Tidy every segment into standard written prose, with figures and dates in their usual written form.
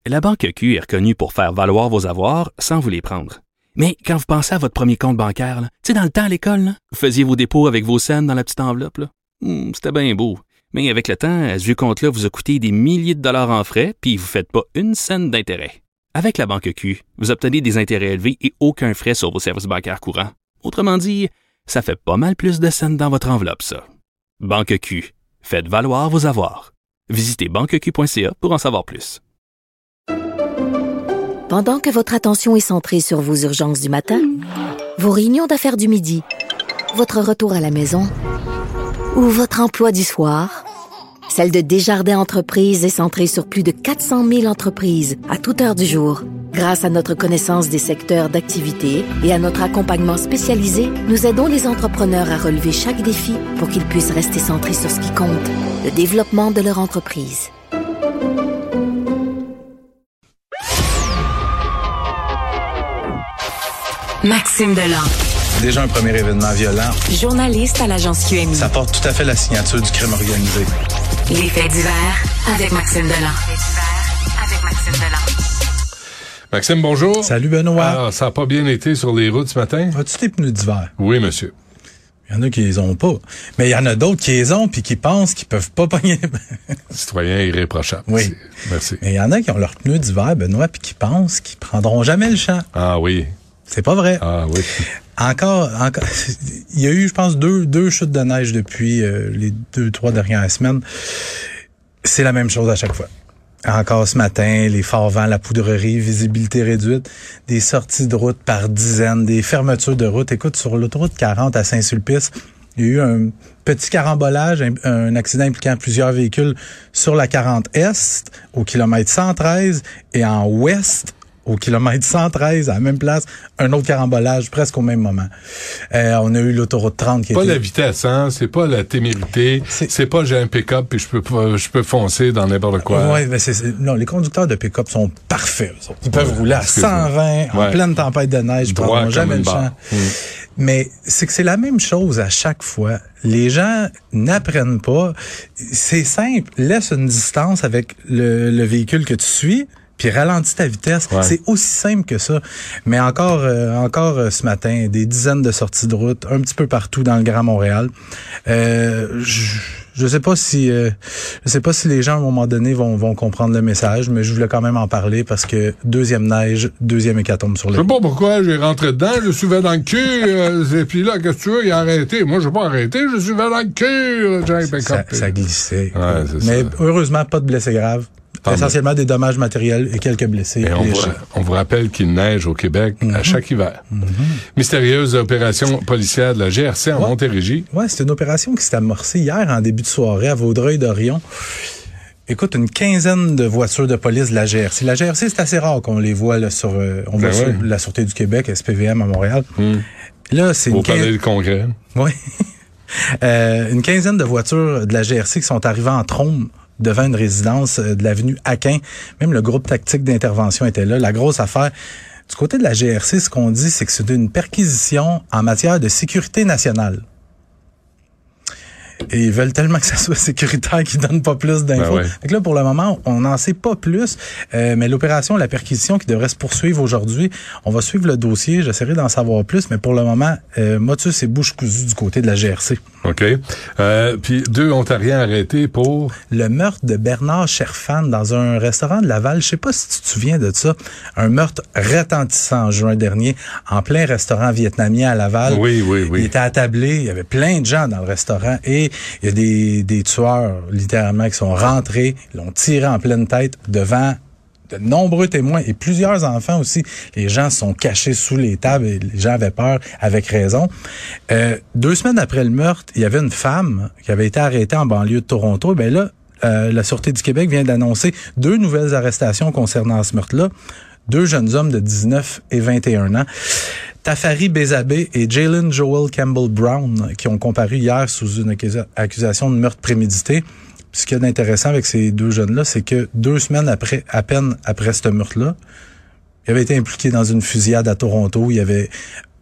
La Banque Q est reconnue pour faire valoir vos avoirs sans vous les prendre. Mais quand vous pensez à votre premier compte bancaire, tu sais, dans le temps à l'école, là, vous faisiez vos dépôts avec vos scènes dans la petite enveloppe. Là. C'était bien beau. Mais avec le temps, ce vieux compte-là vous a coûté des milliers de dollars en frais, puis vous ne faites pas une scène d'intérêt. Avec la Banque Q, vous obtenez des intérêts élevés et aucun frais sur vos services bancaires courants. Autrement dit, ça fait pas mal plus de scènes dans votre enveloppe, ça. Banque Q. Faites valoir vos avoirs. Visitez banqueq.ca pour en savoir plus. Pendant que votre attention est centrée sur vos urgences du matin, vos réunions d'affaires du midi, votre retour à la maison ou votre emploi du soir, celle de Desjardins Entreprises est centrée sur plus de 400 000 entreprises à toute heure du jour. Grâce à notre connaissance des secteurs d'activité et à notre accompagnement spécialisé, nous aidons les entrepreneurs à relever chaque défi pour qu'ils puissent rester centrés sur ce qui compte, le développement de leur entreprise. Maxime Delan. Déjà un premier événement violent. Journaliste à l'agence QMI. Ça porte tout à fait la signature du crime organisé. Les faits divers avec Maxime Delan. Maxime, bonjour. Salut Benoît. Alors, ça n'a pas bien été sur les routes ce matin? As-tu tes pneus d'hiver? Oui, monsieur. Il y en a qui les ont pas. Mais il y en a d'autres qui les ont puis qui pensent qu'ils peuvent pas pogner. Citoyen irréprochable. Oui. Merci. Mais il y en a qui ont leurs pneus d'hiver, Benoît, puis qui pensent qu'ils prendront jamais le champ. Ah oui. C'est pas vrai. Ah oui. Encore, il y a eu, je pense, deux chutes de neige depuis les 2-3 dernières semaines. C'est la même chose à chaque fois. Encore ce matin, les forts vents, la poudrerie, visibilité réduite, des sorties de route par dizaines, des fermetures de route. Écoute, sur l'autoroute 40 à Saint-Sulpice, il y a eu un petit carambolage, un accident impliquant plusieurs véhicules sur la 40 Est, au kilomètre 113, et en Ouest, au kilomètre 113, à la même place, un autre carambolage presque au même moment. On a eu l'autoroute 30 qui pas était... la vitesse, hein, c'est pas la témérité, c'est pas j'ai un pick-up puis je peux foncer dans n'importe quoi. Ouais, mais non, les conducteurs de pick-up sont parfaits. Ils peuvent rouler à 120 en pleine tempête de neige, ils prendront jamais le champ. Mais c'est que c'est la même chose à chaque fois. Les gens n'apprennent pas. C'est simple, laisse une distance avec le véhicule que tu suis. Puis ralentis ta vitesse. Ouais. C'est aussi simple que ça. Mais encore ce matin, des dizaines de sorties de route, un petit peu partout dans le Grand Montréal. Je sais pas si les gens à un moment donné vont comprendre le message, mais je voulais quand même en parler parce que deuxième neige, deuxième hécatombe sur le. Je sais pas pourquoi j'ai rentré dedans, je suis dans le cul, et puis là, qu'est-ce que tu veux, il a arrêté. Moi, je vais pas arrêter, je suis dans le cul. Ça glissait. Ouais, mais heureusement, pas de blessés graves. Essentiellement des dommages matériels et quelques blessés. Et on vous rappelle qu'il neige au Québec à chaque hiver. Mystérieuse opération policière de la GRC en Montérégie. Ouais, c'est une opération qui s'est amorcée hier en début de soirée à Vaudreuil-Dorion. Écoute, une quinzaine de voitures de police de la GRC. La GRC, c'est assez rare qu'on les voit là, sur la Sûreté du Québec, SPVM à Montréal. Là, c'est au Palais du Congrès. Oui. Une quinzaine de voitures de la GRC qui sont arrivées en trombe devant une résidence de l'avenue Aquin. Même le groupe tactique d'intervention était là. La grosse affaire, du côté de la GRC, ce qu'on dit, c'est que c'est une perquisition en matière de sécurité nationale. Et ils veulent tellement que ça soit sécuritaire qu'ils donnent pas plus d'infos. Ben ouais. Donc là, pour le moment, on n'en sait pas plus. Mais l'opération, la perquisition qui devrait se poursuivre aujourd'hui, on va suivre le dossier. J'essaierai d'en savoir plus. Mais pour le moment, moi, tu sais, c'est bouche cousue du côté de la GRC. OK. Puis 2 Ontariens arrêtés pour... Le meurtre de Bernard Cherfan dans un restaurant de Laval. Je sais pas si tu te souviens de ça. Un meurtre retentissant en juin dernier en plein restaurant vietnamien à Laval. Oui. Il était attablé. Il y avait plein de gens dans le restaurant et il y a des tueurs, littéralement, qui sont rentrés, l'ont tiré en pleine tête devant de nombreux témoins et plusieurs enfants aussi. Les gens se sont cachés sous les tables et les gens avaient peur, avec raison. 2 semaines après le meurtre, il y avait une femme qui avait été arrêtée en banlieue de Toronto. Ben là, la Sûreté du Québec vient d'annoncer 2 nouvelles arrestations concernant ce meurtre-là. 2 jeunes hommes de 19 et 21 ans. Tafari Bézabé et Jalen Joel Campbell Brown, qui ont comparu hier sous une accusation de meurtre prémédité. Ce qu'il y a d'intéressant avec ces 2 jeunes-là, c'est que 2 semaines à peine après ce meurtre-là, ils avaient été impliqués dans une fusillade à Toronto. Il y avait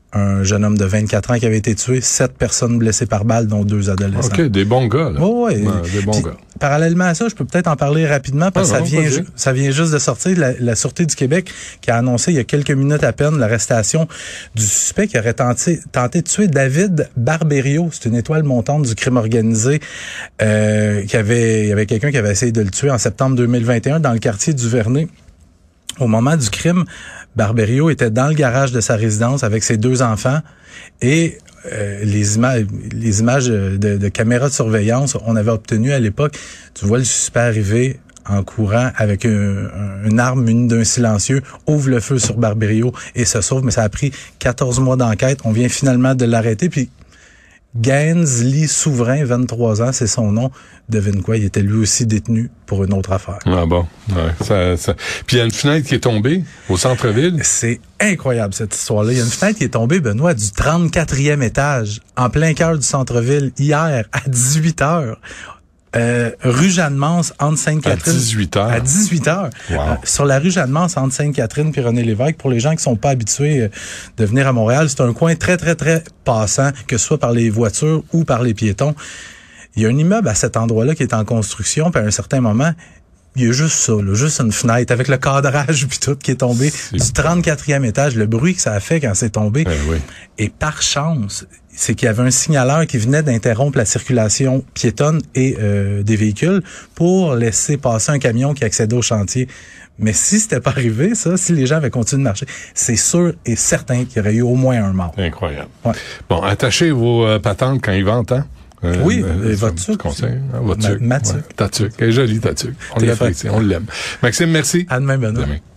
un jeune homme de 24 ans qui avait été tué, 7 personnes blessées par balle, dont 2 adolescents. OK, des bons gars, là. Oh, ouais. Des bons gars. Parallèlement à ça, je peux peut-être en parler rapidement parce que ça vient juste de sortir. La Sûreté du Québec qui a annoncé il y a quelques minutes à peine l'arrestation du suspect qui aurait tenté de tuer David Barberio. C'est une étoile montante du crime organisé. Il y avait quelqu'un qui avait essayé de le tuer en septembre 2021 dans le quartier du Vernet. Au moment du crime, Barberio était dans le garage de sa résidence avec ses 2 enfants et les images de caméras de surveillance, on avait obtenu à l'époque, tu vois le suspect arriver en courant avec une arme munie d'un silencieux, ouvre le feu sur Barberio et se sauve, mais ça a pris 14 mois d'enquête. On vient finalement de l'arrêter, puis Gaines Lee Souverain, 23 ans, c'est son nom. Devine quoi, il était lui aussi détenu pour une autre affaire. Ah bon, ouais, ça. Puis il y a une fenêtre qui est tombée au centre-ville. C'est incroyable cette histoire-là. Il y a une fenêtre qui est tombée, Benoît, du 34e étage, en plein cœur du centre-ville, hier à 18h. Rue Jeanne-Mance, entre Sainte-Catherine. À 18h. Wow. Sur la rue Jeanne-Mance, entre Sainte-Catherine puis René-Lévesque. Pour les gens qui sont pas habitués de venir à Montréal, c'est un coin très, très, très passant, que ce soit par les voitures ou par les piétons. Il y a un immeuble à cet endroit-là qui est en construction, puis à un certain moment, il y a juste ça, là, juste une fenêtre avec le cadrage puis tout qui est tombé du 34e étage. Le bruit que ça a fait quand c'est tombé. Oui. Et par chance, c'est qu'il y avait un signaleur qui venait d'interrompre la circulation piétonne et des véhicules pour laisser passer un camion qui accédait au chantier. Mais si c'était pas arrivé, ça, si les gens avaient continué de marcher, c'est sûr et certain qu'il y aurait eu au moins un mort. Incroyable. Ouais. Bon, attachez vos patentes quand ils ventent, hein? Oui, votre tuque. Votre tuque. Ma tuque. Ouais, ta tuque. Elle est jolie, ta tuque. On l'aime. Maxime, merci. À demain, Benoît. Demain.